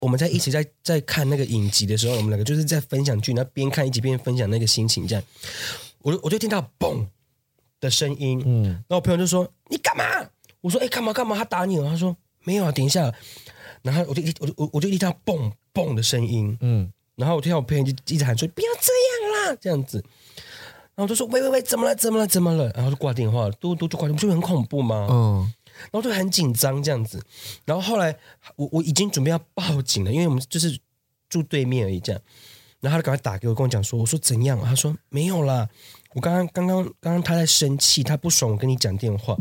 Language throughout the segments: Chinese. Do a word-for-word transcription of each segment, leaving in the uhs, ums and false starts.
我们在一起在在看那个影集的时候，我们两个就是在分享剧，然后边看一集边分享那个心情，这样，我就我就听到嘣的声音，嗯，然后我朋友就说你干嘛？我说哎干嘛干嘛？他打你了？他说没有啊，等一下，然后我就我就我我就一听到嘣嘣的声音，嗯，然后我听到我朋友就一直喊说不要这样啦，这样子，然后我就说喂喂喂，怎么了怎么了怎么了？然后就挂电话，嘟嘟就挂电话，不就很恐怖吗？嗯。然后就很紧张这样子，然后后来我我已经准备要报警了，因为我们就是住对面而已这样，然后他就赶快打给我跟我讲说，我说怎样？他说没有啦，我刚刚刚刚刚刚他在生气，他不爽我跟你讲电话。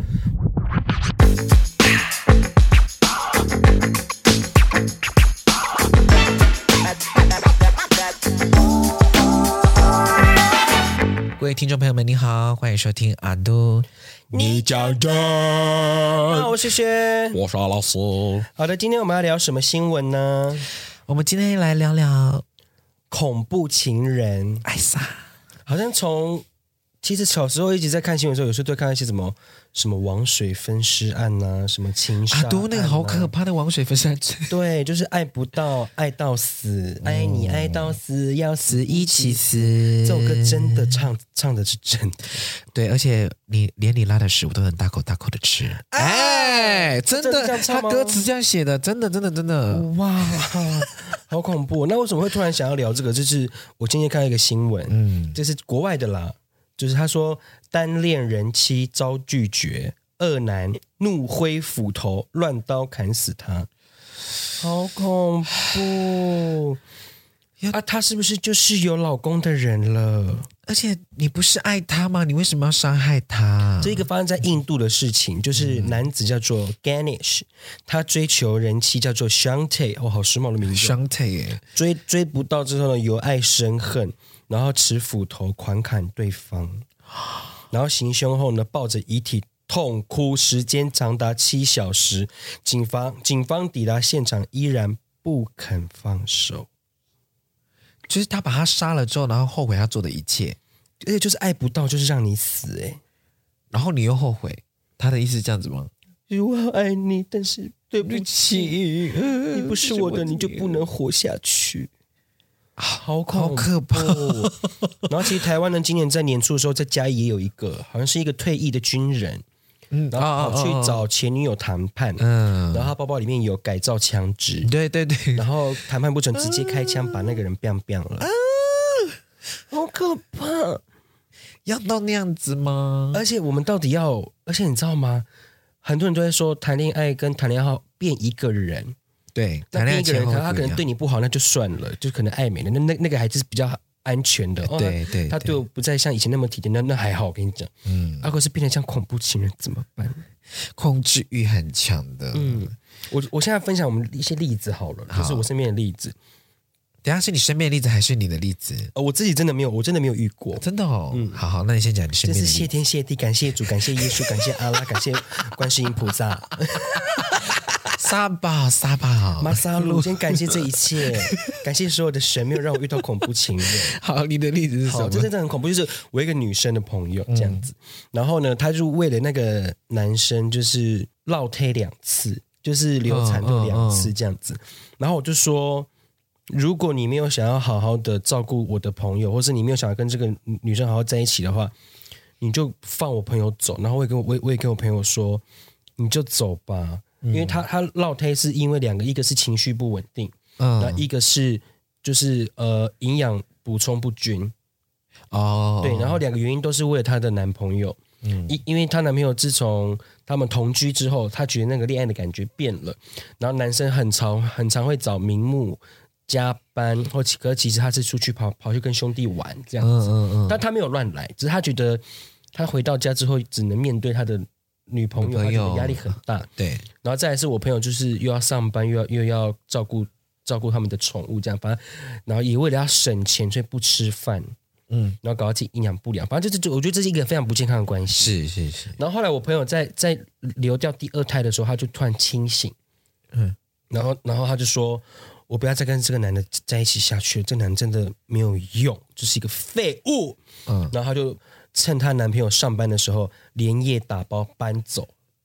各位听众朋友们，你好，欢迎收听阿都你讲真。我是轩， 我是阿老师。 好的，今天我们要聊什么新闻呢？ 我们今天来聊聊恐怖情人。 艾莎， 好像从其实小时候一直在看新闻的时候，有时候都会看一些什么什么王水分尸案啊，什么情杀案、啊。 阿都那个好可怕的王水分尸案。 对，就是爱不到，爱到死，爱你爱到死，要死一起死。这首歌真的唱唱的是真的。 对，而且你连你拉的屎我都能大口大口的吃。哎，真的，真的他歌词这样写的，真的真的真的。 哇，好恐怖！那为什么会突然想要聊这个？就是我今天看到一个新闻，嗯，这是国外的啦。就是他说单恋人妻遭拒绝，二男怒挥斧头乱刀砍死他，好恐怖啊！他是不是就是有老公的人了？ 而且你不是爱他吗？你为什么要伤害他？ 这一个发生在印度的事情，就是男子叫做 Ganesh， 他追求人妻叫做 Shantae， 哦，好时髦的名字 Shantae， 追追不到之后呢，由爱生恨。然后持斧头狂砍对方，然后行凶后呢，抱着遗体痛哭，时间长达七小时。警方警方抵达现场，依然不肯放手。 就是他把他杀了之后，然后后悔他做的一切， 而且就是爱不到，就是让你死哎、欸。 然后你又后悔，他的意思是这样子吗？ 我好爱你，但是对不起，你不是我的，你就不能活下去。好恐怖， 好可怕！ 然后其实台湾呢，今年在年初的时候，在嘉义也有一个，好像是一个退役的军人，嗯，然后跑去找前女友谈判，嗯，然后他包包里面有改造枪支， 对对对， 然后谈判不成，直接开枪把那个人 biang biang 了，啊，好可怕！ 要到那样子吗？ 而且我们到底要？而且你知道吗？很多人都在说谈恋爱跟谈恋爱后变一个人。 对， 那另一个人可能他可能对你不好，那就算了，就可能爱美的，那那那个还是比较安全的。 对对， 他对我不再像以前那么体贴，那那还好。我跟你讲，嗯，如果是变得像恐怖情人怎么办？ 控制欲很强的。 嗯，我我现在分享我们一些例子好了，好就是我身边的例子。 等一下是你身边的例子还是你的例子？ 呃，我自己真的没有，我真的没有遇过， 真的哦。嗯，好好，那你先讲你身边的例子。 真是谢天谢地，感谢主，感谢耶稣，感谢阿拉，感谢观世音菩萨。 沙巴沙巴马萨鲁，先感谢这一切，感谢所有的神没有让我遇到恐怖情人。 好，你的例子是什么？ 这真的很恐怖，就是我一个女生的朋友这样子，嗯、然后呢，她就为了那个男生就是落胎两次，就是流产就两次这样子，哦哦哦然后我就说，如果你没有想要好好的照顾我的朋友，或是你没有想要跟这个女生好好在一起的话，你就放我朋友走。然后我也跟我我也跟我朋友说，你就走吧。因为他他落胎是因为两个，一个是情绪不稳定，嗯，那一个是就是呃营养补充不均，哦，对，然后两个原因都是为了她的男朋友，嗯，因因为她男朋友自从他们同居之后，她觉得那个恋爱的感觉变了，然后男生很常很常会找名目加班，或可其实他是出去跑跑去跟兄弟玩这样子，嗯嗯嗯，但他没有乱来，只是他觉得他回到家之后只能面对他的。女朋友，她觉得压力很大， 对， 然后再来是我朋友，就是又要上班，又要又要照顾照顾他们的宠物，这样，反正，然后也为了要省钱，所以不吃饭，嗯，然后搞到自己营养不良，反正就是我觉得这是一个非常不健康的关系， 是是是。 然后后来我朋友在在流掉第二胎的时候，他就突然清醒，嗯，然后然后他就说，我不要再跟这个男的在一起下去了，这个男的真的没有用，就是一个废物，嗯，然后他就。趁她男朋友上班的时候，连夜打包搬走。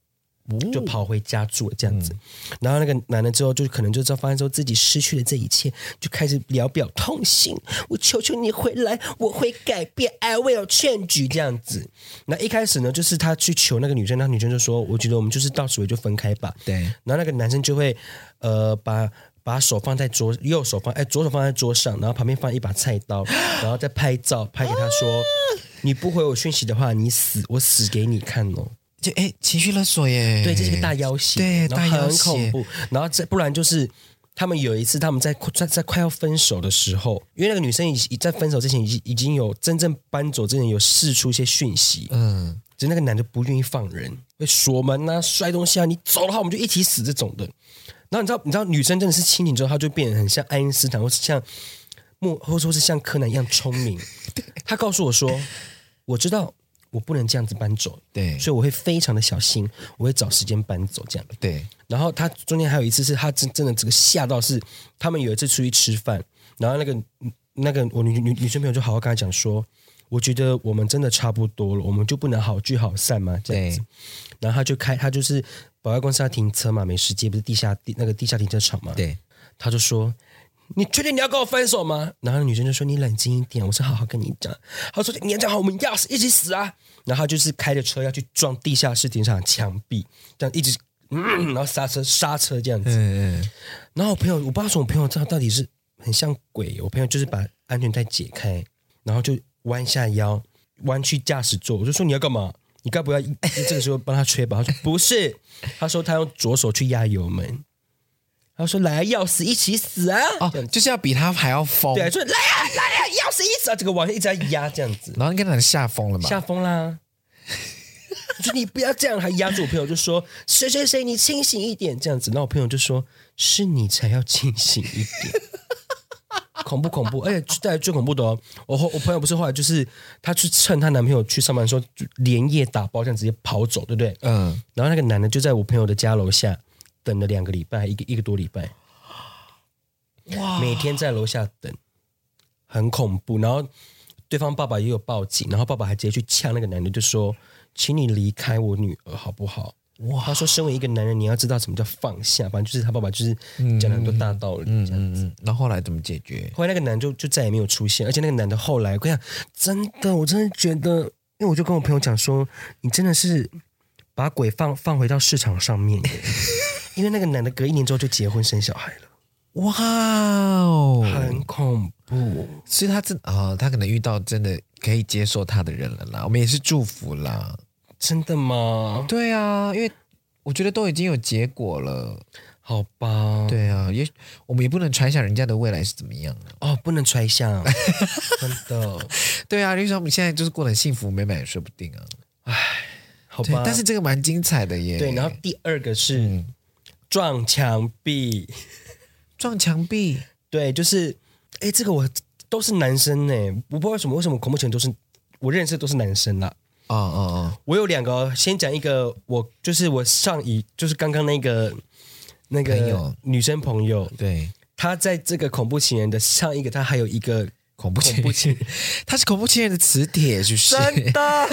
就跑回家住了这样子。嗯、然后那个男的之后就可能就知道发现说自己失去了这一切，就开始聊表痛心，我求求你回来，我会改变 ，I will change 这样子。那一开始呢，就是他去求那个女生，那女生就说：“我觉得我们就是到此为止就分开吧。” 对。 然后那个男生就会呃把。把手放在桌，右手放哎，左手放在桌上，然后旁边放一把菜刀，然后再拍照拍给他说：“你不回我讯息的话，你死，我死给你看哦。” 就哎，情绪勒索耶！ 对，这是一个大要挟， 对，大要挟，很恐怖。然后再不然就是他们有一次他们在在在快要分手的时候，因为那个女生已在分手之前已经已经有真正搬走之前有释出一些讯息，嗯，只是那个男的不愿意放人，会锁门啊、摔东西啊，你走的话我们就一起死这种的。然后你知道，你知道女生真的是清醒之后，她就变得很像爱因斯坦，或是像莫，或者说是像柯南一样聪明。她告诉我说：“我知道我不能这样子搬走， 对， 所以我会非常的小心，我会找时间搬走这样。” 对。 然后她中间还有一次是她真真的这个吓到是，他们有一次出去吃饭，然后那个那个我女女女生朋友就好好跟她讲说：“我觉得我们真的差不多了，我们就不能好聚好散吗？”这样子。然后他就开，他就是保外公司要停车嘛，美食街不是地下地那个地下停车场嘛？ 对， 他就说：“你确定你要跟我分手吗？”然后女生就说：“你冷静一点，我是好好跟你讲。”他说：“你要讲好，我们要死一起死啊！”然后他就是开着车要去撞地下室停车场墙壁，这样一直嗯，然后刹车刹车这样子。嗯嗯。然后我朋友，我不知道说我朋友这到底是很像鬼，我朋友就是把安全带解开，然后就弯下腰，弯去驾驶座。我就说：“你要干嘛？你该不要这个时候帮他吹吧？”他说不是，他说他用左手去压油门。他说来啊，要死一起死啊！ 哦，就是要比他还要疯。 对，说来啊来啊，要死一起死啊！这个往下一直在压这样子， 然后你跟他吓疯了嘛？ 吓疯啦！我说你不要这样，还压住我朋友就说谁谁谁你清醒一点这样子。然后我朋友就说是你才要清醒一点。恐怖恐怖，而且带来最恐怖的哦！我我朋友不是后来就是她去趁她男朋友去上班的时候，就连夜打包这样直接跑走，对不对？嗯。然后那个男的就在我朋友的家楼下等了两个礼拜，一个一个多礼拜，哇！每天在楼下等，很恐怖。然后对方爸爸也有报警，然后爸爸还直接去呛那个男的，就说：“请你离开我女儿好不好？”哇！他说：“身为一个男人，你要知道什么叫放下。”反正就是他爸爸就是讲了很多大道理这样子。嗯嗯嗯、 然后后来怎么解决？ 后来那个男就就再也没有出现，而且那个男的后来，我跟你讲，真的，我真的觉得，因为我就跟我朋友讲说，你真的是把鬼放放回到市场上面，因为那个男的隔一年之后就结婚生小孩了。 哇哦， 很恐怖。 所以他真啊、哦，他可能遇到真的可以接受他的人了啦。我们也是祝福啦。 真的吗？ 对啊，因为我觉得都已经有结果了， 好吧？ 对啊，也我们也不能揣想人家的未来是怎么样的哦，不能揣想，真的。 对啊，就说我们现在就是过得很幸福美满也说不定啊。 唉，好吧， 但是这个蛮精彩的耶。 对，然后第二个是、嗯、撞墙壁， 撞墙壁， 对，就是哎，这个我都是男生呢，我不知道为什么，为什么恐怖情人都是我认识都是男生啦。 哦哦哦！ 我有两个，先讲一个，我就是我上一就是刚刚那个那个女生朋友， 对， 她在这个恐怖情人的上一个，她还有一个恐怖情人，她是恐怖情人的磁铁，就是真的。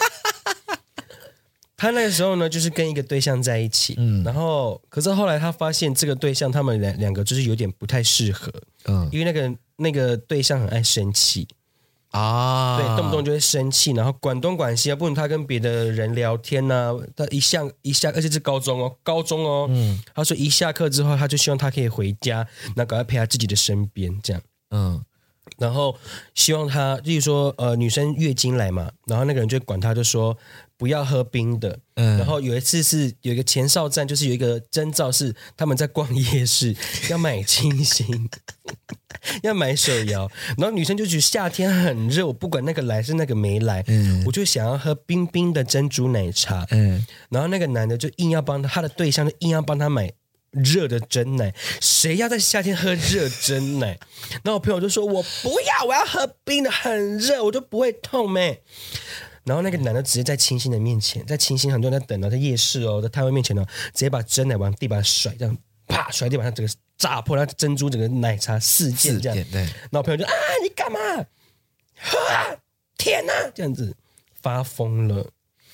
她那个时候呢，就是跟一个对象在一起，嗯，然后可是后来她发现这个对象他们两两个就是有点不太适合，嗯，因为那个那个对象很爱生气。啊，对，动不动就会生气，然后管东管西啊，不能他跟别的人聊天呐、啊，他一下一下，而且是高中哦，高中哦，嗯，他说一下课之后，他就希望他可以回家，那赶快陪他自己的身边，这样，嗯，然后希望他，例如说，呃，女生月经来嘛，然后那个人就管他，就说不要喝冰的，嗯，然后有一次是有一个前哨站，就是有一个征兆是他们在逛夜市，要买清新。要买手摇，然后女生就觉得夏天很热，我不管那个来是那个没来，嗯，我就想要喝冰冰的珍珠奶茶，嗯，然后那个男的就硬要帮他，他的对象就硬要帮他买热的珍奶，谁要在夏天喝热珍奶？然后我朋友就说：“我不要，我要喝冰的，很热，我就不会痛咩。”然后那个男的直接在清新的面前，在清新很多人在等哦，在夜市哦，在摊位面前哦，直接把珍奶往地板甩，这样啪甩地板上，整个炸破，然后珍珠整个奶茶四溅这样。 对， 然后朋友就啊，你干嘛？喝啊！天哪，这样子发疯了。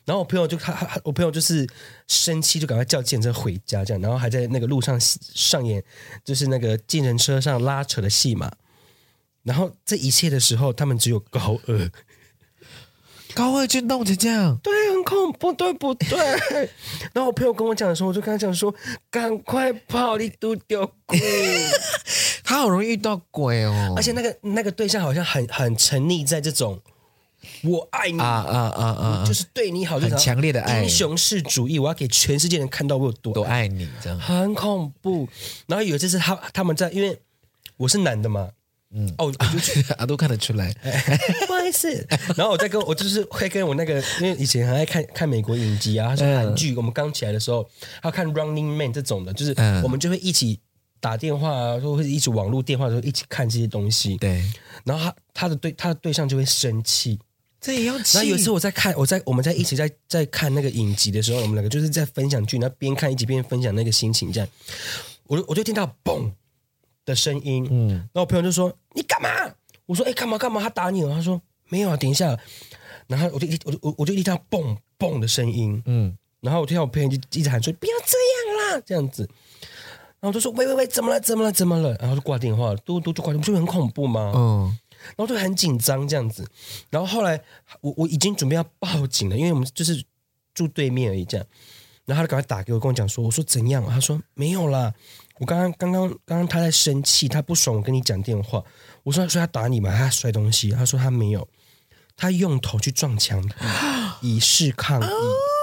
然后我朋友就他他我朋友就是生气，就赶快叫计程车回家，这样，然后还在那个路上上演就是那个计程车上拉扯的戏码。然后这一切的时候，他们只有高二， 高二就弄成这样， 对，很恐怖，对不对？然后我朋友跟我讲的时候，我就跟他讲说：“赶快跑，你都丢鬼！” 他好容易遇到鬼哦， 而且那个那个对象好像很很沉溺在这种我爱你啊啊啊啊， 就是对你好， 很强烈的爱， 英雄式主义，我要给全世界人看到我有多多爱你，这样很恐怖。然后有一次是他他们在，因为我是男的嘛。 嗯， 哦，我就去啊，都看得出来， 不好意思。然后我在跟我就是会跟我那个，因为以前很爱看看美国影集啊，他说韩剧，嗯、我们刚起来的时候，还有看《Running Man》这种的，就是我们就会一起打电话啊，或者一起网络电话的时候一起看这些东西。 对， 然后他他的对他的对象就会生气， 这也要气。 然后有一次我在看，我在我们在一起在在看那个影集的时候，我们两个就是在分享剧，然后边看一起边分享那个心情，这样，我就我就听到嘣的声音，嗯，然后我朋友就说：“你干嘛？”我说：“哎、欸，干嘛干嘛？他打你了？”他说：“没有啊，等一下。”然后我就一我就我我就一听到嘣嘣的声音，嗯，然后我听到我朋友就一直喊说：“不要这样啦！”这样子，然后我就说：“喂喂喂，怎么了？怎么了？怎么了？”然后就挂电话了，嘟嘟就挂电话，不是很恐怖吗？嗯，然后就很紧张这样子。然后后来我我已经准备要报警了，因为我们就是住对面而已，这样。然后他就赶快打给我，跟我讲说：“我说怎样？”他说：“没有啦。”我刚刚刚刚刚刚他在生气，他不爽我跟你讲电话。我说：“说他打你嘛，他摔东西。”他说：“他没有，他用头去撞墙壁，以示抗议。”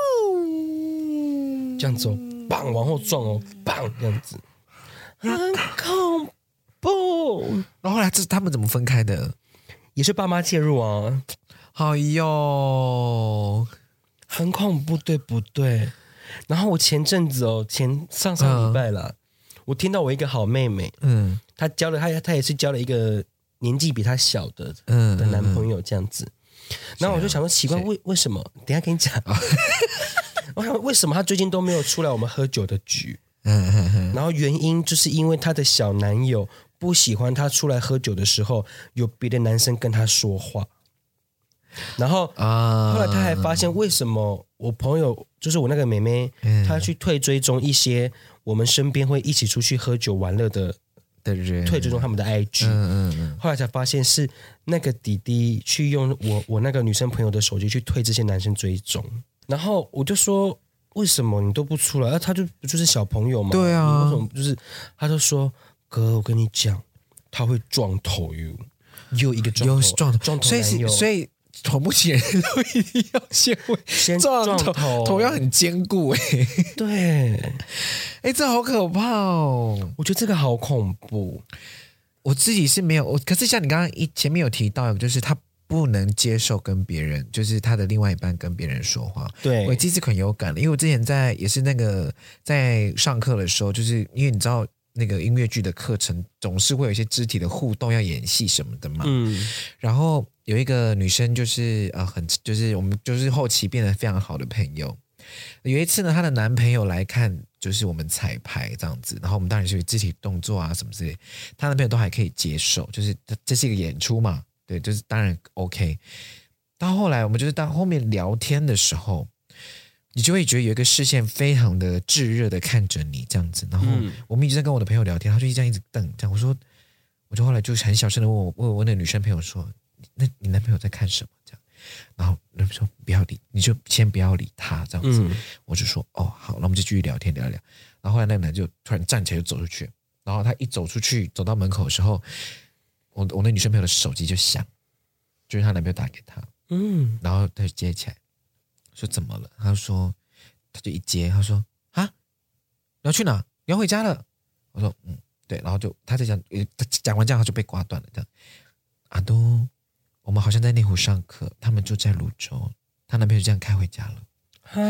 这样子哦，砰往后撞哦，砰这样子，很恐怖。 然后后来这他们怎么分开的？ 也是爸妈介入啊。 哎呦， 很恐怖，对不对？然后我前阵子哦，前上上礼拜啦。嗯我听到我一个好妹妹，嗯，她交了她她也是交了一个年纪比她小的嗯的男朋友这样子，嗯、然后我就想说奇怪为为什么？等一下跟你讲，我想为什么她最近都没有出来我们喝酒的局？嗯嗯嗯，然后原因就是因为她的小男友不喜欢她出来喝酒的时候有别的男生跟她说话，然后啊，后来她还发现为什么我朋友就是我那个妹妹，嗯、她去退追踪一些。我们身边会一起出去喝酒玩乐的的人， 退追踪他们的 I G，嗯嗯嗯，后来才发现是那个弟弟去用我我那个女生朋友的手机去退这些男生追踪，然后我就说为什么你都不出来？他就不就是小朋友嘛， 对啊， 为什么就是他就说哥，我跟你讲，他会撞头哟，又一个撞头， 又是撞头， 撞头男友， 所以所以。头目前人都一定要先会先撞头， 头, 头要很坚固哎、欸， 对， 哎、欸，这好可怕哦！ 我觉得这个好恐怖。 我自己是没有，我可是像你刚刚一前面有提到，就是他不能接受跟别人，就是他的另外一半跟别人说话。 对， 我这次很有感了，因为我之前在也是那个在上课的时候，就是因为你知道。那个音乐剧的课程总是会有一些肢体的互动，要演戏什么的嘛。嗯，然后有一个女生就是呃很就是我们就是后期变得非常好的朋友。有一次呢，她的男朋友来看，就是我们彩排这样子，然后我们当然是有肢体动作啊什么之类，她男朋友都还可以接受，就是这是一个演出嘛，对，就是当然 OK。到后来我们就是到后面聊天的时候。你就会觉得有一个视线非常的炙热的看着你这样子，然后我们一直在跟我的朋友聊天，他就一直这样一直瞪这样，我说，我就后来就很小声的问我问我那个女生朋友说，那你男朋友在看什么这样？然后那边说不要理，你就先不要理他这样子，嗯、我就说哦好，那我们就继续聊天聊一聊。然后后来那个男就突然站起来就走出去，然后他一走出去走到门口的时候，我我那女生朋友的手机就响，就是她男朋友打给她，嗯，然后他就接起来。说怎么了？他说，他就一接，他说啊，你要去哪？你要回家了？我说嗯，对，然后就他在讲，讲完这样他就被挂断了。这样，阿东，我们好像在内湖上课，他们就在泸州，她男朋友就这样开回家了。啊，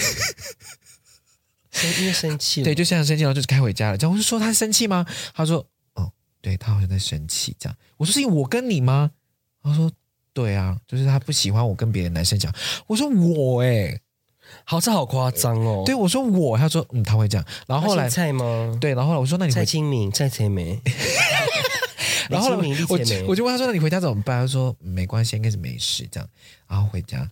因为生气了， 对，就这样生气，然后就开回家了。这样我就说他生气吗？他说哦，对他好像在生气。这样，我说是因为我跟你吗？他说。对啊，就是他不喜欢我跟别的男生讲。我说我哎、欸， 好这好夸张哦。 对，我说我，他说嗯他会这样。然后后来蔡吗？ 对，然后后来我说那你蔡清明、蔡翠梅。 然后后来我我就问他说那你回家怎么办？他说、嗯、没关系，应该是没事这样。然后回家，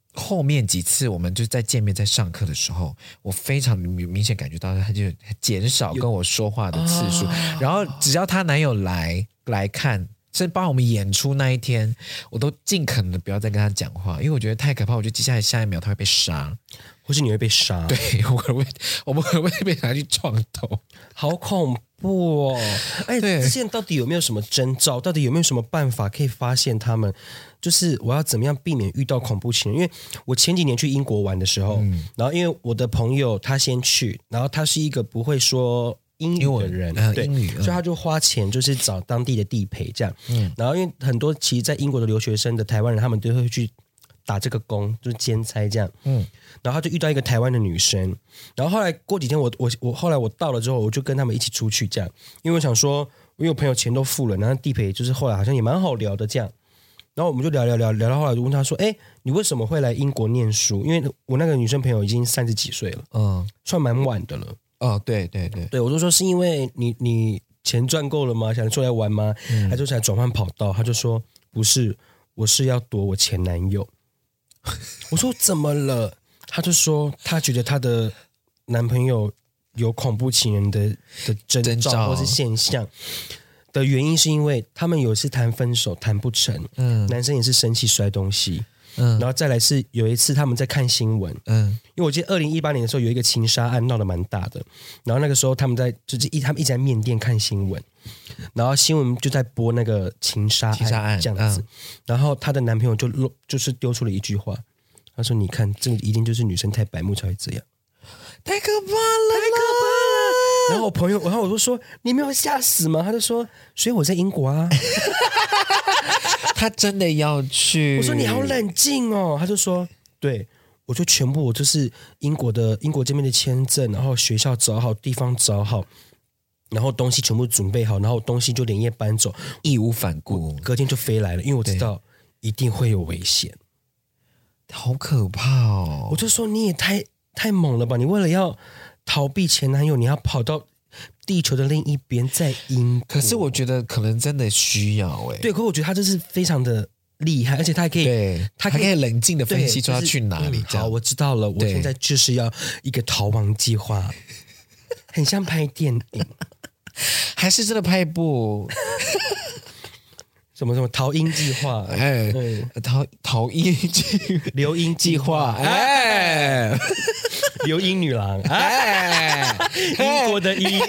后面几次我们就在见面在上课的时候，我非常明显感觉到他就减少跟我说话的次数，然后只要她男友来来看，甚至帮我们演出那一天，我都尽可能的不要再跟他讲话，因为我觉得太可怕，我觉得接下来下一秒他会被杀， 或是你会被杀。 对，我可能会我们可能会被拿去撞头， 好恐怖哦！哎，之前到底有没有什么征兆？到底有没有什么办法可以发现他们？就是我要怎么样避免遇到恐怖情人？因为我前几年去英国玩的时候，嗯、然后因为我的朋友他先去，然后他是一个不会说英语的人， 呃、 对， 英语， 所以他就花钱就是找当地的地陪这样。嗯，然后因为很多其实在英国的留学生的台湾人，他们都会去打这个工，就是兼差这样。嗯，然后他就遇到一个台湾的女生，然后后来过几天我我我后来我到了之后，我就跟他们一起出去这样，因为我想说，因为我朋友钱都付了，然后地陪就是后来好像也蛮好聊的这样。然后我们就聊聊聊聊到后来，就问他说：“哎，你为什么会来英国念书？”因为我那个女生朋友已经三十几岁了，嗯，算蛮晚的了。 哦，对对对， 对我就说是因为你你钱赚够了吗？想出来玩吗？嗯、他就想转换跑道，他就说不是，我是要躲我前男友。我说怎么了？他就说他觉得他的男朋友有恐怖情人的的征兆或是现象。的原因是因为他们有一次谈分手谈不成，嗯，男生也是生气摔东西，嗯，然后再来是有一次他们在看新闻，嗯，因为我记得二零一八年的时候有一个情杀案闹得蛮大的，然后那个时候他们在就是一他们一直在面店看新闻，然后新闻就在播那个情杀案这样子，嗯、然后她的男朋友就就是丢出了一句话，他说：“你看，这一定就是女生太白目才会这样， 太可怕了， 太可怕了。”然后我朋友，然后我就说：“你没有吓死吗？”他就说：“所以我在英国啊。” 他真的要去？ 我说：“你好冷静哦。”他就说：“对，我就全部我就是英国的英国这边的签证，然后学校找好，地方找好，然后东西全部准备好，然后东西就连夜搬走， 义无反顾， 隔天就飞来了，因为我知道一定会有危险， 好可怕哦！” 我就说：“你也太太猛了吧！你为了要逃避前男友，你要跑到地球的另一边，在英国。” 可是我觉得可能真的需要哎、欸， 对，可是我觉得他这是非常的厉害，而且他还可以， 对，他可以冷静的分析出他去哪里。 就是嗯、好，我知道了，我现在就是要一个逃亡计划，很像拍电影， 还是真的拍一部什么什么逃英计划？ 哎，嗯、逃逃英计留英计划， 哎。 留英女郎，哎，英国的英，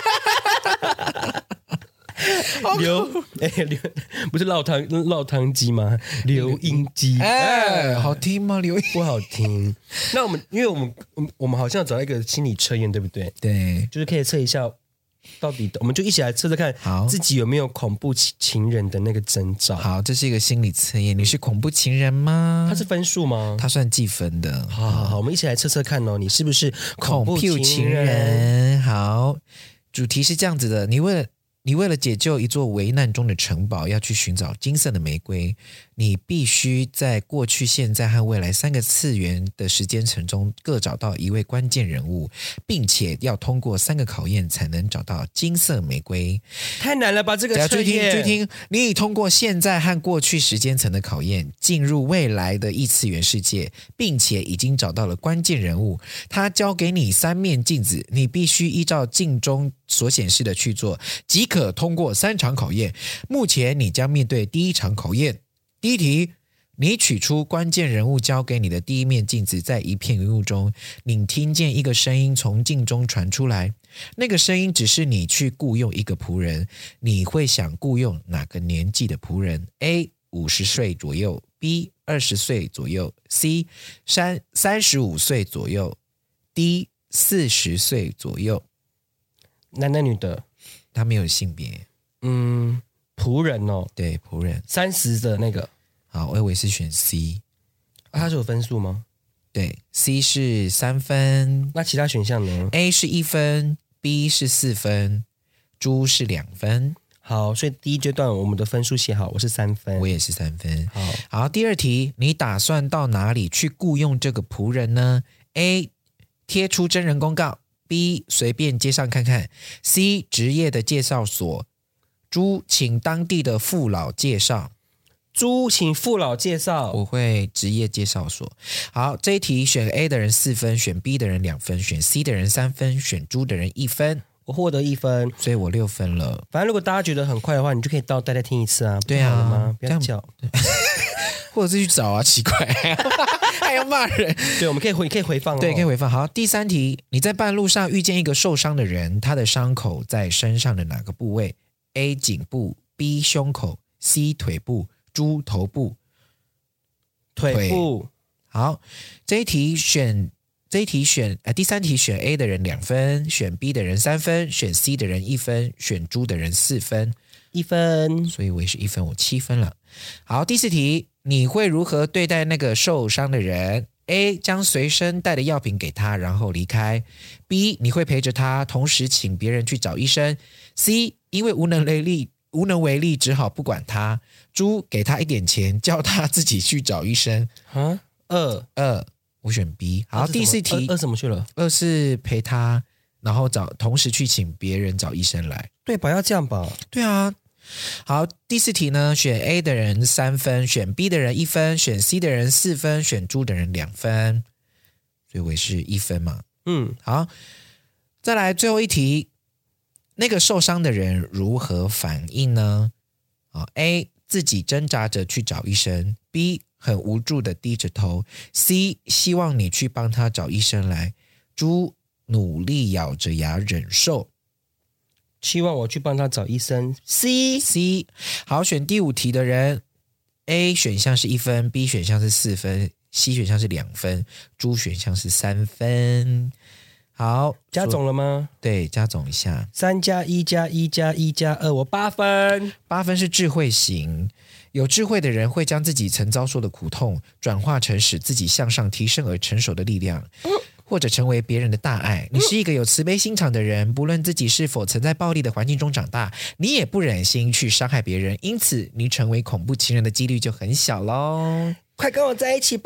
留哎留不是烙汤烙汤鸡吗？留英鸡， 哎，好听吗？留英不好听。那我们因为我们我们好像找到一个心理测验，对不对？ 对， 就是可以测一下到底，我们就一起来测测看，自己有没有恐怖情人的那个征兆。 好，这是一个心理测验，你是恐怖情人吗？ 它是分数吗？ 它算计分的。 好好好，我们一起来测测看哦，你是不是恐怖情人？ 人好，主题是这样子的，你为了你为了解救一座危难中的城堡，要去寻找金色的玫瑰，你必须在过去、现在和未来三个次元的时间层中各找到一位关键人物，并且要通过三个考验才能找到金色玫瑰。 太难了吧？这个测验。注意听，注意听，你已通过现在和过去时间层的考验，进入未来的异次元世界，并且已经找到了关键人物。他交给你三面镜子，你必须依照镜中所显示的去做，即可通过三场考验。目前你将面对第一场考验。第一题，你取出关键人物交给你的第一面镜子，在一片云雾中，你听见一个声音从镜中传出来，那个声音只是你去雇佣一个仆人，你会想雇佣哪个年纪的仆人 ？A. 五十岁左右 B. 二十岁左右 C. 三三十五岁左右 D. 四十岁左右。 男的女的？ 他没有性别。 嗯，仆人哦， 对，仆人， 三十的那个。 好，我以为是选 C， 啊，它是有分数吗？ 对 ，C 是三分。 那其他选项呢 ？A 是一分 ，B 是四分，猪是两分。 好，所以第一阶段我们的分数写好，我是三分， 我也是三分。 好， 好，第二题，你打算到哪里去雇佣这个仆人呢 ？A 贴出真人公告 ，B 随便街上看看 ，C 职业的介绍所，猪请当地的父老介绍。 猪，请父老介绍。 我会职业介绍所。好，这一题选 A 的人四分，选 B 的人两分，选 C 的人三分，选猪的人一分。 我获得一分， 所以我六分了。 反正如果大家觉得很快的话，你就可以倒带再听一次啊。 对啊， 吗？不要叫， 或者是去找啊，奇怪，还要骂人。 对，我们可以回，可以回放、哦。 对，可以回放。好，第三题，你在半路上遇见一个受伤的人，他的伤口在身上的哪个部位 ？A. 颈部 B. 胸口 C. 腿部猪头部。 腿部。 好，这一题选。这一题选呃，第三题选 A 的人两分，选 B 的人三分，选 C 的人一分，选猪的人四分， 一分， 所以我也是一分，我七分了。好，第四题，你会如何对待那个受伤的人 ？A. 将随身带的药品给他，然后离开。B. 你会陪着他，同时请别人去找医生。C. 因为无能为力，无能为力，只好不管他。猪给他一点钱，叫他自己去找医生。 啊，二二。我选 B。 好，第四题二怎么去了？ 二是陪他，然后找同时去请别人找医生来。 对吧？要这样吧？ 对啊。好，第四题呢，选 A 的人三分，选 B 的人一分，选 C 的人四分，选猪的人两分，所以我也是一分嘛。 嗯， 好，再来最后一题，那个受伤的人如何反应呢？好 A 自己挣扎着去找医生， B很无助的低着头， C 希望你去帮他找医生来，猪努力咬着牙忍受。 希望我去帮他找医生。 C C 好，选第五题的人 A 选项是一分， B 选项是四分， C 选项是两分，猪选项是三分。好， 加总了吗？ 对，加总一下。 三加一加一加一加二，我八分。 八分是智慧型。有智慧的人会将自己曾遭受的苦痛转化成使自己向上提升而成熟的力量，或者成为别人的大爱。你是一个有慈悲心肠的人，不论自己是否曾在暴力的环境中长大，你也不忍心去伤害别人，因此你成为恐怖情人的几率就很小咯。 快跟我在一起吧。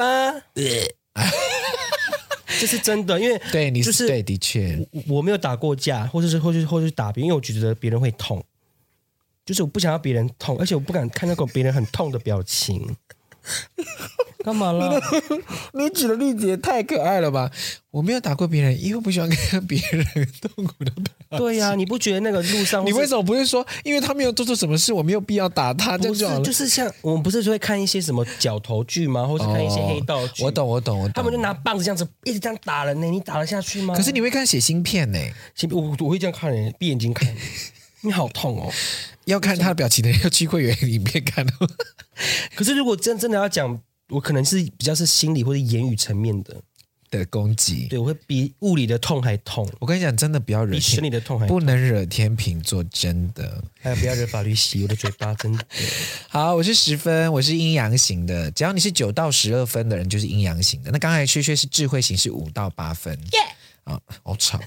这是真的，因为对你就是对，的确我, 我没有打过架，或者是或者是或者是打别人，因为我觉得别人会痛，就是我不想要别人痛，而且我不敢看那种别人很痛的表情。干嘛了？ 你举的例子也太可爱了吧！我没有打过别人，因为不喜欢看别人痛苦的表情。 对呀、啊，你不觉得那个路上你为什么不会说，因为他没有做错什么事，我没有必要打他？这不是就好了。 就是像我们不是会看一些什么角头剧吗？或是看一些黑道剧？ 哦、我懂，我懂，我懂。 他们就拿棒子这样子一直这样打人呢，你打得下去吗？ 可是你会看血腥片呢？ 我我会这样看人，闭眼睛看。你好痛哦！ 要看他的表情的人要去会员影片看哦。 可是如果真真的要讲，我可能是比较是心理或者言语层面的的攻击。 对，我会比物理的痛还痛。 我跟你讲，真的不要惹天， 比生理的痛还痛， 不能惹天秤座，真的。 还有不要惹法律系，我的嘴巴真的。 好，我是十分，我是阴阳型的。只要你是九到十二分的人，就是阴阳型的。那刚才薛薛是智慧型，是五到八分。耶、yeah! 啊，好吵。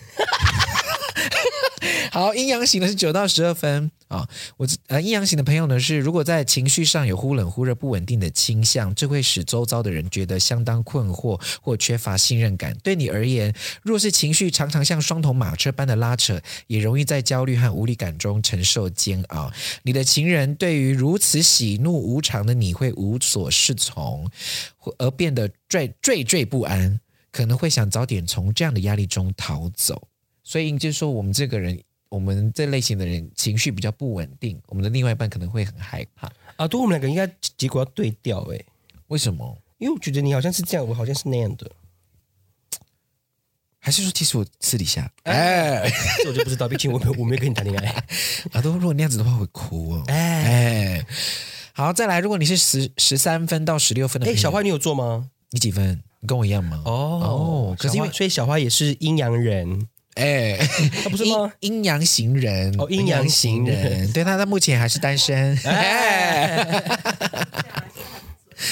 好，阴阳型的是九到十二分啊。我呃，阴阳型的朋友呢是，如果在情绪上有忽冷忽热、不稳定的倾向，这会使周遭的人觉得相当困惑或缺乏信任感。对你而言，若是情绪常常像双头马车般的拉扯，也容易在焦虑和无力感中承受煎熬。你的情人对于如此喜怒无常的你会无所适从，而变得惴惴惴不安，可能会想早点从这样的压力中逃走。所以就是说，我们这个人，我们这类型的人情绪比较不稳定，我们的另外一半可能会很害怕啊。对，我们两个应该结果要对调哎。 为什么？ 因为我觉得你好像是这样，我好像是那样的。 还是说，其实我私底下，哎， 这我就不知道，毕竟我没有我没有跟你谈恋爱。 啊，都如果那样子的话，会哭哦。 哎哎，好，再来，如果你是十十三分到十六分的朋友， 哎，小花你有做吗？ 你几分？你跟我一样吗？ 哦哦，可是因为所以小花也是阴阳人。 哎， 他不是吗？ 阴阳型人哦，阴阳型人， 对，他他目前还是单身。哎，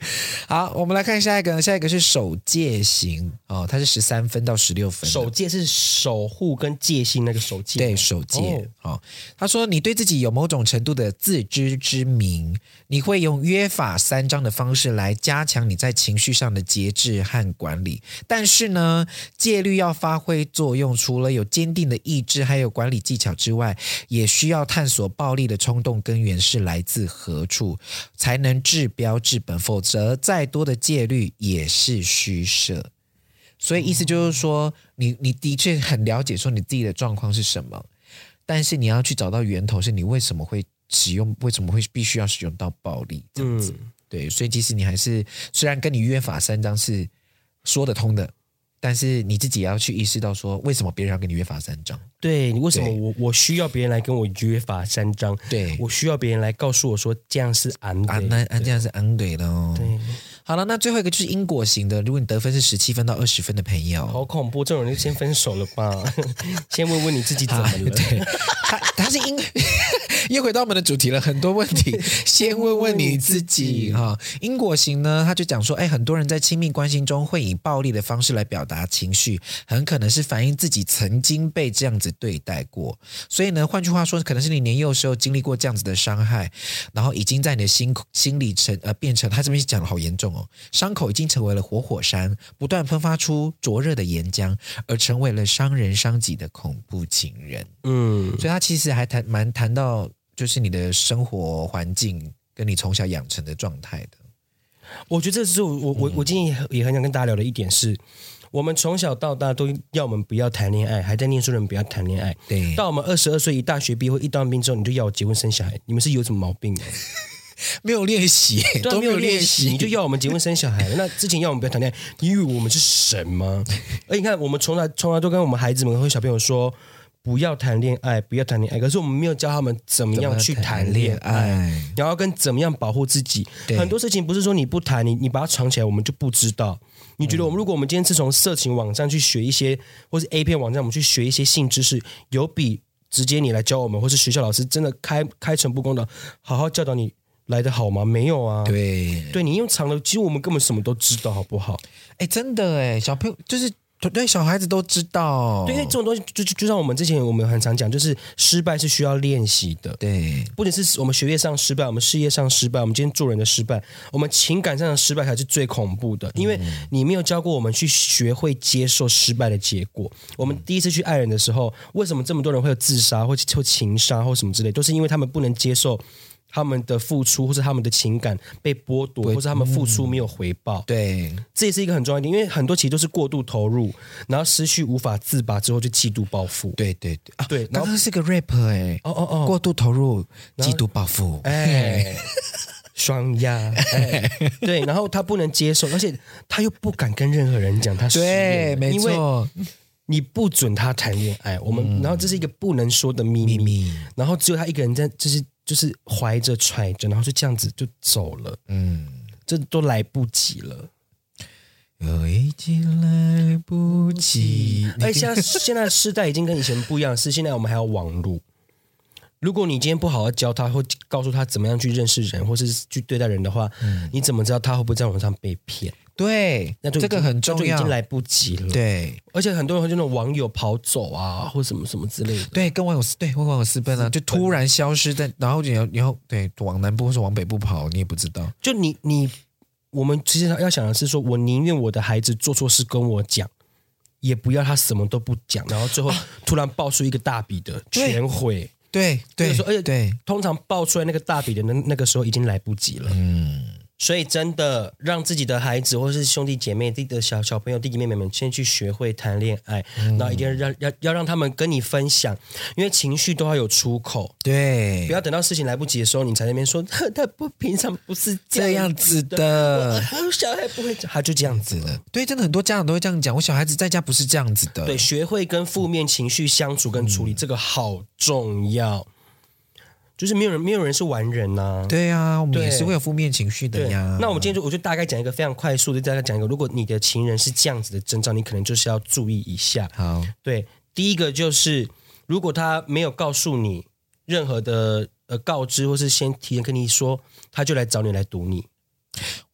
好，我们来看下一个，下一个是守戒型哦，它是十三分到十六分。 守戒是守护跟戒心那个守戒， 对，守戒。哦，哦他说你对自己有某种程度的自知之明，你会用约法三章的方式来加强你在情绪上的节制和管理。但是呢，戒律要发挥作用，除了有坚定的意志，还有管理技巧之外，也需要探索暴力的冲动根源是来自何处，才能治标治本，否则再多的戒律也是虚设。所以意思就是说，你你的确很了解说你自己的状况是什么，但是你要去找到源头，是你为什么会使用，为什么会必须要使用到暴力这样子。嗯、对，所以其实你还是虽然跟你约法三章是说得通的，但是你自己也要去意识到说，为什么别人要跟你约法三章？ 对，为什么我我需要别人来跟我约法三章？ 对， 我需要别人来告诉我说这样是安对， 安安这样是安对的哦。 对。 好了，那最后一个就是因果型的，如果你得分是十七分到二十分的朋友， 好恐怖，这种人就先分手了吧？先问问你自己怎么了？啊、 对，他他是因又回到我们的主题了，很多问题，先问问你自己哈、哦。因果型呢，他就讲说，哎，很多人在亲密关系中会以暴力的方式来表达情绪，很可能是反映自己曾经被这样子对待过，所以呢，换句话说，可能是你年幼时候经历过这样子的伤害，然后已经在你的心心里成呃变成，他这边讲的好严重。伤口已经成为了活火山，不断喷发出灼热的岩浆，而成为了伤人伤己的恐怖情人。嗯，所以他其实还谈蛮谈到，就是你的生活环境跟你从小养成的状态的。 我觉得这是我我我我今天也很想跟大家聊的一点是，我们从小到大都要我们不要谈恋爱，还在念书的人不要谈恋爱。 对， 到我们二十二岁一大学毕业或一当兵之后，你就要我结婚生小孩，你们是有什么毛病？ 没有练习，都没有练习， 你就要我们结婚生小孩了。那之前要我们不要谈恋爱，你以为我们是神吗？而你看，我们从来从来都跟我们孩子们和小朋友说，不要谈恋爱，不要谈恋爱。可是我们没有教他们怎么样去谈恋爱，然后跟怎么样保护自己。很多事情不是说你不谈，你你把它藏起来，我们就不知道。你觉得我们如果我们今天是从色情网站去学一些，或是 A 片网站，我们去学一些性知识，有比直接你来教我们，或是学校老师真的开开诚布公的好好教导你来得好吗？没有啊。 对， 对你用藏了，其实我们根本什么都知道，好不好？ 哎，真的哎，小朋友就是对小孩子都知道。 对，因为这种东西就就就像我们之前我们很常讲，就是失败是需要练习的。 对， 不仅是我们学业上失败，我们事业上失败，我们今天做人的失败，我们情感上的失败才是最恐怖的。因为你没有教过我们去学会接受失败的结果。我们第一次去爱人的时候，为什么这么多人会有自杀或或情杀或什么之类，都是因为他们不能接受他们的付出或是他们的情感被剥夺，或是他们付出没有回报。 对， 这也是一个很重要的点，因为很多其实都是过度投入，然后失去无法自拔之后就嫉妒报复。 对对对啊， 对， 刚刚是个 rap 哎， 哦哦哦， 过度投入，嫉妒报复， 哎，双压，哎，对，然后他不能接受，而且他又不敢跟任何人讲他失恋， 对，没错。 你不准他谈恋爱，我们、嗯，然后这是一个不能说的秘密，秘密然后只有他一个人在，就是就是怀着揣着，然后就这样子就走了，嗯，这都来不及了， 我已经来不及。 而且现在现在世代已经跟以前不一样，是现在我们还有网络。如果你今天不好好教他，或告诉他怎么样去认识人，或是去对待人的话，嗯、你怎么知道他会不会在网上被骗？ 对， 那就这个很重要， 就已经来不及了。 对， 而且很多人会就那种网友跑走啊，或什么什么之类的。 对，跟网友对，跟网友私奔啊，就突然消失在，然后你要你要对往南部或是往北部跑，你也不知道。 就你你我们其实要想的是说，我宁愿我的孩子做错事跟我讲，也不要他什么都不讲，然后最后突然爆出一个大笔的全毁。 对对， 而且对，通常爆出来那个大笔的那那个时候已经来不及了。嗯。所以真的让自己的孩子或是兄弟姐妹、自己的小小朋友、弟弟妹妹们先去学会谈恋爱，嗯、然后一定要让要要让他们跟你分享，因为情绪都要有出口。 对， 不要等到事情来不及的时候，你才在那边说他不平常不是这样子的， 我小孩不会讲，他就这样子了。 对，真的很多家长都会这样讲，我小孩子在家不是这样子的。 对，学会跟负面情绪相处跟处理，嗯、这个好重要。就是没有人，没有人是完人呐、啊。 对啊，我们也是会有负面情绪的呀。 那我们今天就我就大概讲一个非常快速的，大概讲一个，如果你的情人是这样子的征兆，你可能就是要注意一下。 好， 对，第一个就是如果他没有告诉你任何的呃告知，或是先提前跟你说，他就来找你来堵你。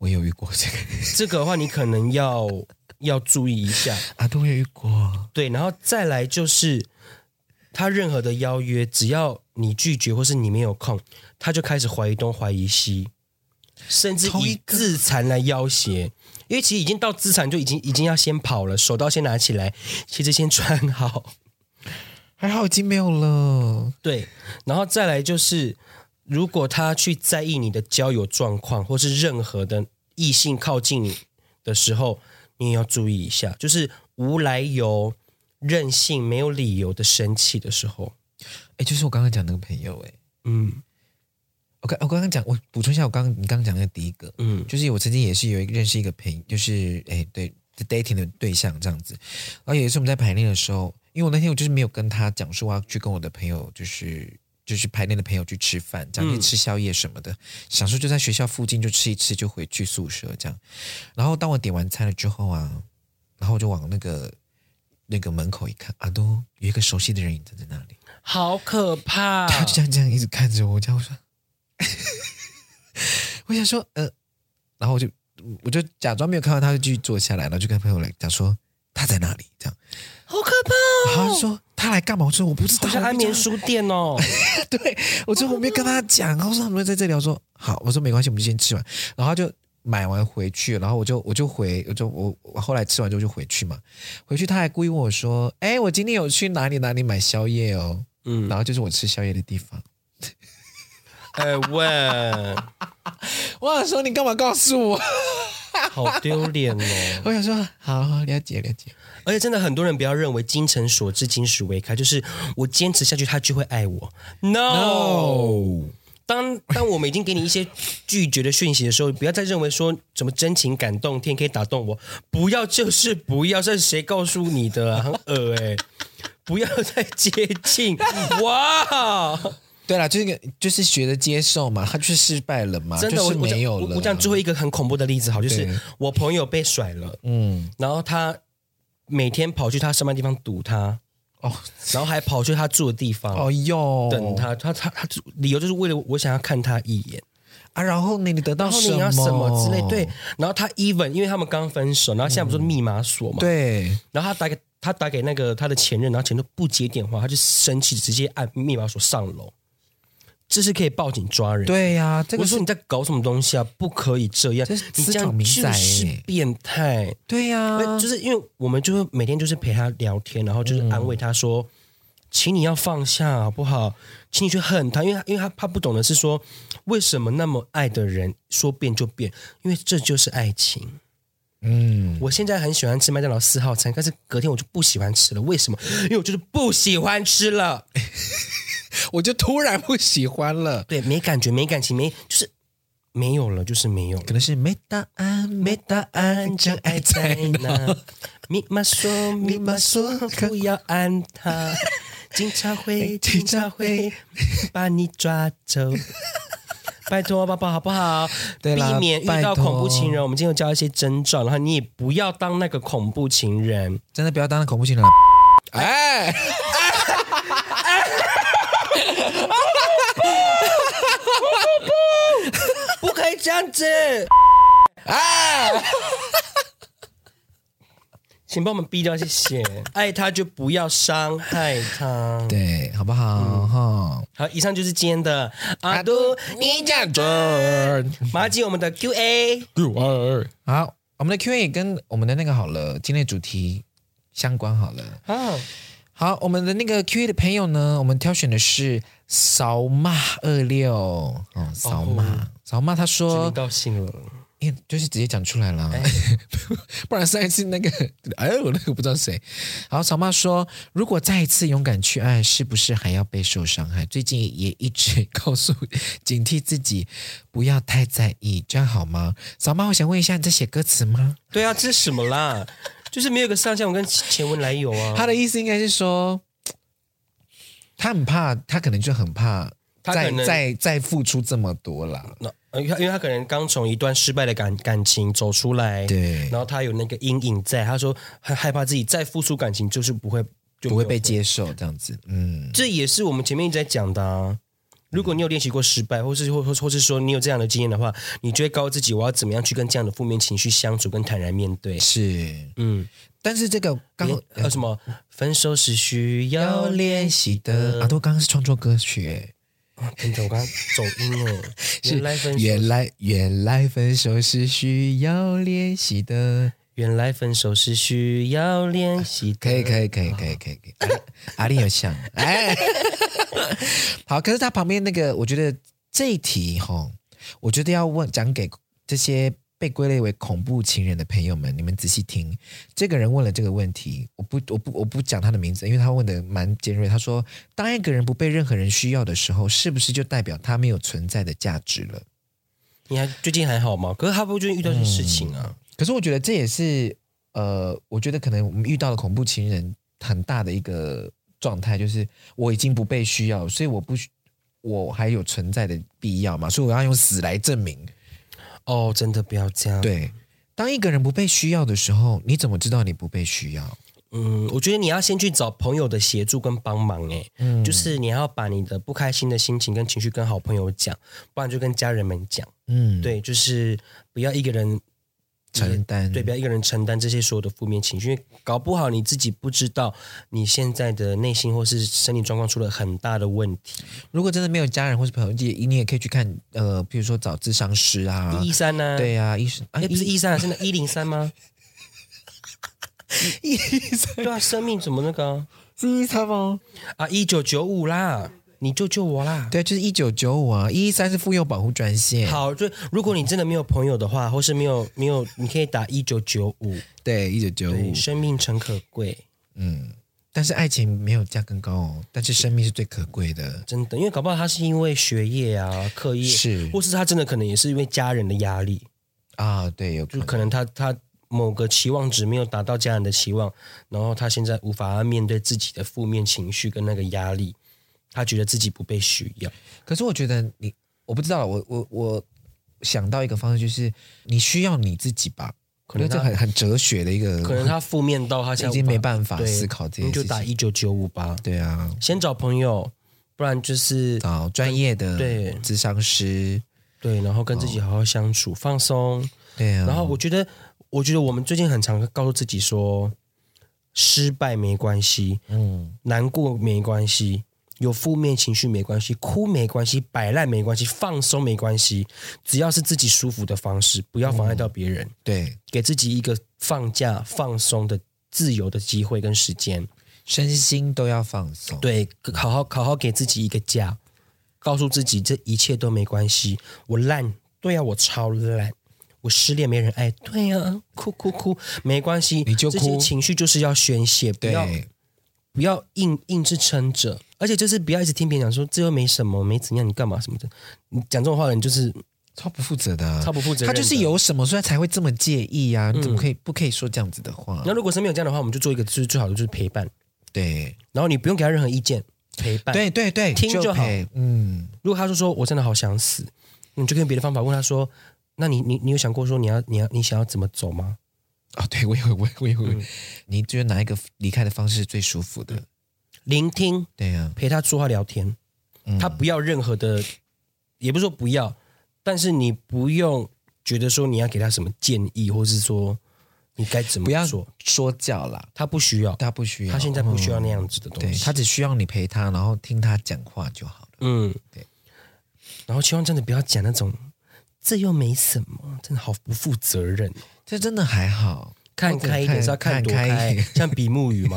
我有遇过这个， 这个的话你可能要要注意一下啊，都有遇过。 对，然后再来就是他任何的邀约，只要你拒绝或是你没有空，他就开始怀疑东怀疑西，甚至以自残来要挟。因为其实已经到自残就已经已经要先跑了，手刀先拿起来，鞋子先穿好。 还好已经没有了。 对，然后再来就是，如果他去在意你的交友状况，或是任何的异性靠近你的时候，你也要注意一下，就是无来由、任性、没有理由的生气的时候。 哎，就是我刚刚讲那个朋友，哎， 嗯。 我刚我刚刚讲，我补充一下，我刚你刚刚讲的第一个，嗯，就是我曾经也是有一个认识一个朋友，就是哎对 dating 的对象这样子，然后有一次我们在排练的时候，因为我那天我就是没有跟他讲说我要去跟我的朋友，就是就是排练的朋友去吃饭，这样去吃宵夜什么的，嗯、想说就在学校附近就吃一吃就回去宿舍这样，然后当我点完餐了之后啊，然后我就往那个那个门口一看，啊，都有一个熟悉的人影站在那里， 好可怕！ 他就这样这样一直看着我，这样我说。我想说，呃，然后我就我就假装没有看到他，就继续坐下来，然后就跟朋友来讲说他在哪里，这样好可怕、哦。 然后他说他来干嘛？我说我不知道， 好像安眠书店哦。 对，我说我没有跟他讲，然后说他们在这里，我说好，我说没关系，我们就先吃完，然后他就买完回去，然后我就我就回，我就我我后来吃完之后就回去嘛，回去他还故意问我说，哎，我今天有去哪里哪里买宵夜哦，嗯，然后就是我吃宵夜的地方。 哎喂！ 我想说你干嘛告诉我？ 好丢脸哦！ 我想说好好了解了解。 而且真的很多人不要认为精诚所至金石为开，就是我坚持下去他就会爱我。No，, no! 当当我们已经给你一些拒绝的讯息的时候，不要再认为说什么真情感动天可以打动我，不要就是不要，这是谁告诉你的、啊？很恶哎、欸！不要再接近哇！ 对啦，就是就是学着接受嘛，他就是失败了嘛， 真的， 就是没有了。 我我讲最后一个很恐怖的例子，好，就是我朋友被甩了，嗯，然后他每天跑去他上班地方堵他，哦，然后还跑去他住的地方， 哦哟， 等他，他他他理由就是为了我想要看他一眼啊，然后呢，你得到什么？ 然后你要什么之类，对，然后他 even 因为他们刚分手，然后现在不是密码锁嘛， 对， 然后他打给他打给那个他的前任，然后前任不接电话，他就生气，直接按密码锁上楼。这是可以报警抓人。 对呀、啊，这个我说你在搞什么东西啊？不可以这样，你这样就是变态。 对呀、啊， 就是因为我们就是每天就是陪他聊天，然后就是安慰他说，嗯、请你要放下好不好？请你去恨他，因为他因为他他不懂的是说，为什么那么爱的人说变就变？因为这就是爱情。嗯，我现在很喜欢吃麦当劳四号餐，但是隔天我就不喜欢吃了。为什么？因为我就是不喜欢吃了。 我就突然不喜欢了， 对，没感觉，没感情，没就是没有了，就是没有了， 可能是没答案，没答案，真爱在哪？ 密码锁，密码锁，不要按它，警察会，警察会把你抓走。拜托宝宝好不好？避免遇到恐怖情人，我们今天有教一些征兆，然后你也不要当那个恐怖情人， 真的不要当那恐怖情人。哎！哎不可以这样子！啊！请帮我们逼掉，谢谢。爱他就不要伤害他， 对，好不好？哈、 嗯，好，以上就是今天的阿都你讲准，马上进我们的 Q A。Q A， 好，我们的 Q A 跟我们的那个好了，今天的主题相关好了。好。好，我们的那个 Q A 的朋友呢，我们挑选的是扫码二六哦，扫码扫码，他说到信了， 因就是直接讲出来了，哎、不然上一次那个哎，我那个不知道谁。好，扫码说，如果再一次勇敢去爱，是不是还要备受伤害？最近也一直告诉警惕自己，不要太在意，这样好吗？扫码，我想问一下，你在写歌词吗？ 对啊，这是什么啦？就是没有个上下文跟前文来由啊。 他的意思应该是说，他很怕，他可能就很怕再再再付出这么多啦。 那因为他可能刚从一段失败的感感情走出来， 对， 然后他有那个阴影在，他说很害怕自己再付出感情就是不会就不会被接受这样子。嗯， 这也是我们前面一直在讲的啊。 如果你有练习过失败，或是或或或是说你有这样的经验的话，你就会告诉自己，我要怎么样去跟这样的负面情绪相处，跟坦然面对。 是，嗯，但是这个刚呃什么，分手是需要练习的。 阿多刚刚是创作歌曲， 哎，等等，我刚刚走音了。 原来分手，原来原来分手是需要练习的。 原来分手是需要练习的。 可以可以可以可以可以可以。阿丽有想，哎。好，可是他旁边那个，我觉得这一题哈，我觉得要问讲给这些被归类为恐怖情人的朋友们，你们仔细听。这个人问了这个问题，我不我不我不讲他的名字，因为他问的蛮尖锐。他说，当一个人不被任何人需要的时候，是不是就代表他没有存在的价值了？ 你还最近还好吗？可是他不会最近遇到一些事情啊、 嗯。可是我觉得这也是呃，我觉得可能我们遇到的恐怖情人很大的一个状态，就是我已经不被需要，所以我不我还有存在的必要嘛，所以我要用死来证明。 哦，真的不要这样。 对，当一个人不被需要的时候，你怎么知道你不被需要？ 嗯，我觉得你要先去找朋友的协助跟帮忙，哎、嗯，就是你要把你的不开心的心情跟情绪跟好朋友讲，不然就跟家人们讲。嗯，对，就是不要一个人承担， 对，不要一个人承担这些所有的负面情绪，因为搞不好你自己不知道你现在的内心或是身体状况出了很大的问题。 如果真的没有家人或是朋友，你也可以去看，呃，比如说找諮商師啊， 一一三呢？ 对啊，医生， 哎，不是一三啊，是那一零三吗？ 一零三， 对啊，生命怎么那个、啊？ 是一三吗？ 啊，一九九五啦。你救救我啦！ 对，就是一九九五啊，一一三是妇幼保护专线。 好，就如果你真的没有朋友的话，或是没有没有，你可以打一九九五。 对，一九九五。 生命诚可贵。 嗯，但是爱情没有价更高哦，但是生命是最可贵的。 真的，因为搞不好他是因为学业啊、课业， 是， 或是他真的可能也是因为家人的压力啊，对，有可能就可能他他某个期望值没有达到家人的期望，然后他现在无法面对自己的负面情绪跟那个压力。他觉得自己不被需要， 可是我觉得你，我不知道，我我我想到一个方式，就是你需要你自己吧，可能这很很哲学的一个， 可能他负面到他已经没办法思考这件事情， 就打一九九五吧。 对啊， 先找朋友，不然就是找专业的对諮商師，对，然后跟自己好好相处，哦、放松。 对啊， 然后我觉得，我觉得我们最近很常告诉自己说，失败没关系，嗯，难过没关系。有负面情绪没关系，哭没关系，摆烂没关系，放松没关系，只要是自己舒服的方式，不要妨碍到别人。嗯、 对， 给自己一个放假、放松的自由的机会跟时间， 身心都要放松。 对，好好好好给自己一个假，告诉自己这一切都没关系。我烂，对啊，我超烂。我失恋没人爱，对啊，哭哭哭没关系， 你就哭， 这些情绪就是要宣泄，不要不要硬硬是撑着。而且就是不要一直听别人讲说这又没什么，没怎样，你干嘛什么的。你讲这种话的人就是超不负责的、啊， 超不负责任的。 他就是有什么，所以才会这么介意啊！你怎么可以、嗯、不可以说这样子的话？ 那如果身边有这样的话，我们就做一个就是最好的就是陪伴。 对， 然后你不用给他任何意见，陪伴。 对对对， 听就好。 嗯， 如果他就说我真的好想死，你就用别的方法问他说：那你你你有想过说你要你要你想要怎么走吗？ 哦，对，我也会，我也会，我也会。嗯、你觉得哪一个离开的方式是最舒服的？ 聆听， 对呀、啊， 陪他说话聊天，嗯、他不要任何的，也不是说不要，但是你不用觉得说你要给他什么建议，或是说你该怎么做， 不要说教啦， 他不需要， 他不需要， 他现在不需要那样子的东西， 对，他只需要你陪他，然后听他讲话就好了。 嗯， 对， 然后希望真的不要讲那种这又没什么，真的好不负责任， 这真的还好， 看开一点是要看多开，开像比目鱼吗？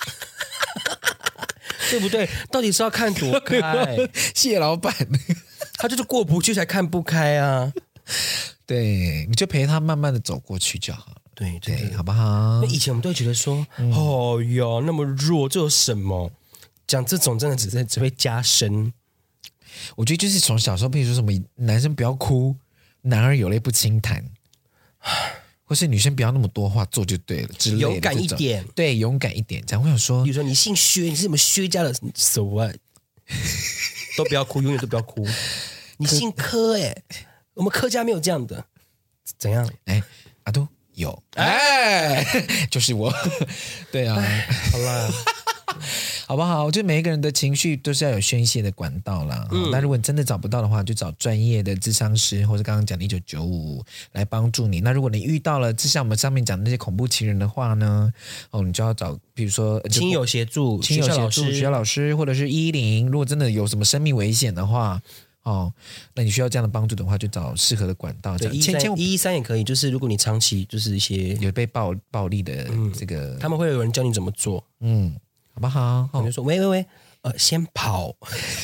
对不对？到底是要看多开？ 谢老板， 他就是过不去才看不开啊。 对，你就陪他慢慢的走过去就好了。 对 对, 对，好不好？ 以前我们都会觉得说，嗯、哦哟，那么弱，这有什么？讲这种真的只是只会加深。 我觉得就是从小时候，比如说什么男生不要哭，男儿有泪不轻弹。或是女生不要那么多话做就对了，之类的， 勇敢一点， 对，勇敢一点。这样我想说， 比如说你姓薛，你是什么薛家的手腕，都不要哭，永远都不要哭。你姓柯、欸，哎，我们柯家没有这样的，怎样？ 哎，阿都有，哎，就是我，对啊， 好啦， 好不好？就每一个人的情绪都是要有宣泄的管道啦。嗯，那如果你真的找不到的话，就找专业的咨商师，或者刚刚讲的一九九五来帮助你。那如果你遇到了，就像我们上面讲的那些恐怖情人的话呢，哦，你就要找，比如说亲友协助、 亲友协助、学校老师，或者是一一零。如果真的有什么生命危险的话。哦，那你需要这样的帮助的话，就找适合的管道。 对，一一三也可以。就是如果你长期就是一些有被暴暴力的这个、 嗯，他们会有人教你怎么做。 嗯，好不好？ 我就说喂喂喂，呃，先跑。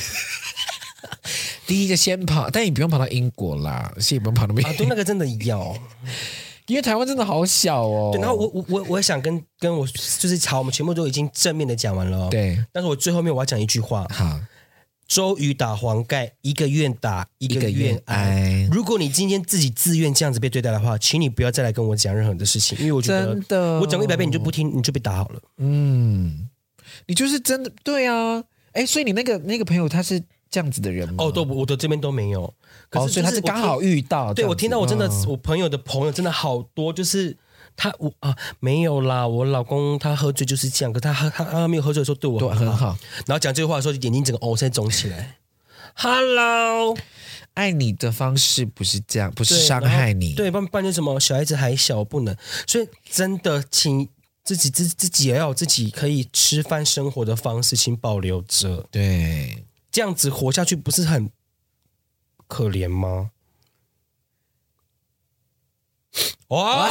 第一个先跑，但你不用跑到英国啦，是也不用跑那么远。 啊，对，那个真的要， 因为台湾真的好小哦。 对，然后我我我我想跟跟我就是好，我们全部都已经正面的讲完了、哦。 对， 但是我最后面我要讲一句话。 好。 周瑜打黄盖，一个愿打，一个愿挨。如果你今天自己自愿这样子被对待的话，请你不要再来跟我讲任何的事情，因为我觉得真的， 我讲过一百遍你就不听，你就被打好了。 嗯，你就是真的对啊。哎，所以你那个那个朋友他是这样子的人吗？ 哦，都我的这边都没有。可是、 哦、所以他是刚好遇到。 对，我听到我真的、哦、我朋友的朋友真的好多，就是他我啊没有啦，我老公他喝醉就是这样，可是他他他他没有喝醉的时候对我很 好, 很好， 然后讲这句话的时候眼睛整个哦在肿起来。Hello， 爱你的方式不是这样，不是伤害你， 对，不然不然就什么小孩子还小不能，所以真的请自己自自己也要有自己可以吃饭生活的方式，请保留着， 对， 这样子活下去不是很可怜吗？哇！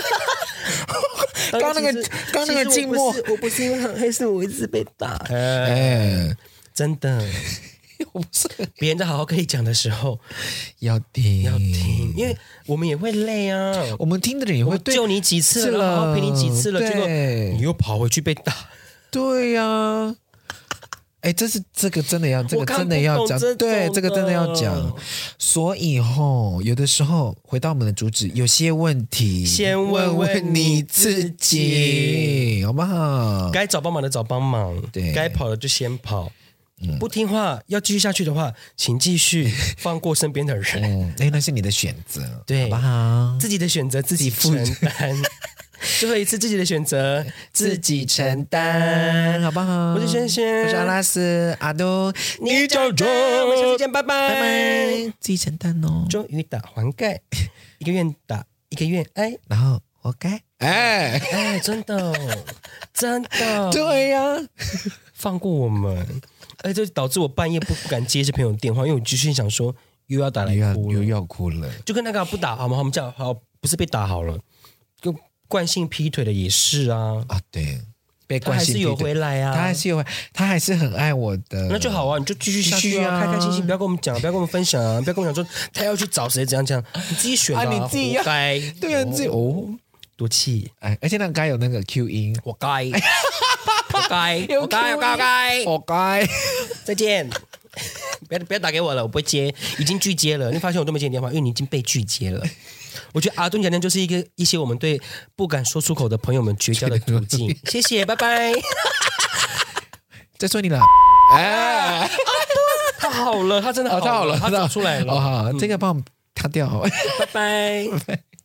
刚那个刚那个静默， 我不是因为很黑，是我一直被打。哎，真的， 我不是别人在好好跟你讲的时候要听， 要听，因为我们也会累啊。 我们听的人也会救你几次了，好好陪你几次了，结果你又跑回去被打。 对呀、啊。哎，这是这个真的要，这个真的要讲，对，这个真的要讲。所以吼，有的时候回到我们的主旨，有些问题先问问你自己， 好不好？ 该找帮忙的找帮忙，对，该跑的就先跑。嗯、不听话，要继续下去的话，请继续放过身边的人。 嗯，哎，那是你的选择， 对， 好不好？ 自己的选择自己承担。最后一次自己的选择自己承担， 好不好？ 我是轩轩， 我是阿拉斯阿都， 你就中，我们下次见，拜拜， 拜拜，自己承担哦。 终于打黄盖，一个愿打，一个愿挨， 然后活该，哎哎，真的，真的， 对呀、啊， 放过我们，哎，这导致我半夜不不敢接这朋友电话，因为我继续想说又要打来哭了， 又要哭了， 就跟那个不打好吗？我们讲好，不是被打好了，就。惯性劈腿的也是啊啊对，被惯性劈腿他还是有回来啊， 他还是有，他还是很爱我的， 那就好啊，你就继续下去啊，啊开开心心，不要跟我们讲，不要跟我们分享啊，不要跟我们讲说他要去找谁怎样怎样，你自己选的、啊啊，你自己要该对啊，你自己哦， 多气哎，而且那个该有那个 Q 音， 活该，活该，活该，活该， 活该， 再见。不要不要打给我了，我不会接，已经拒接了。你发现我都没接你电话，因为你已经被拒接了。我觉得阿敦讲的就是一个一些我们对不敢说出口的朋友们绝交的途径。谢谢，拜拜。 再说你了，哎，阿敦他好了，他真的好了， 哦、他好了， 他走出来了。 哦好，嗯、这个帮我们擦掉， 拜拜。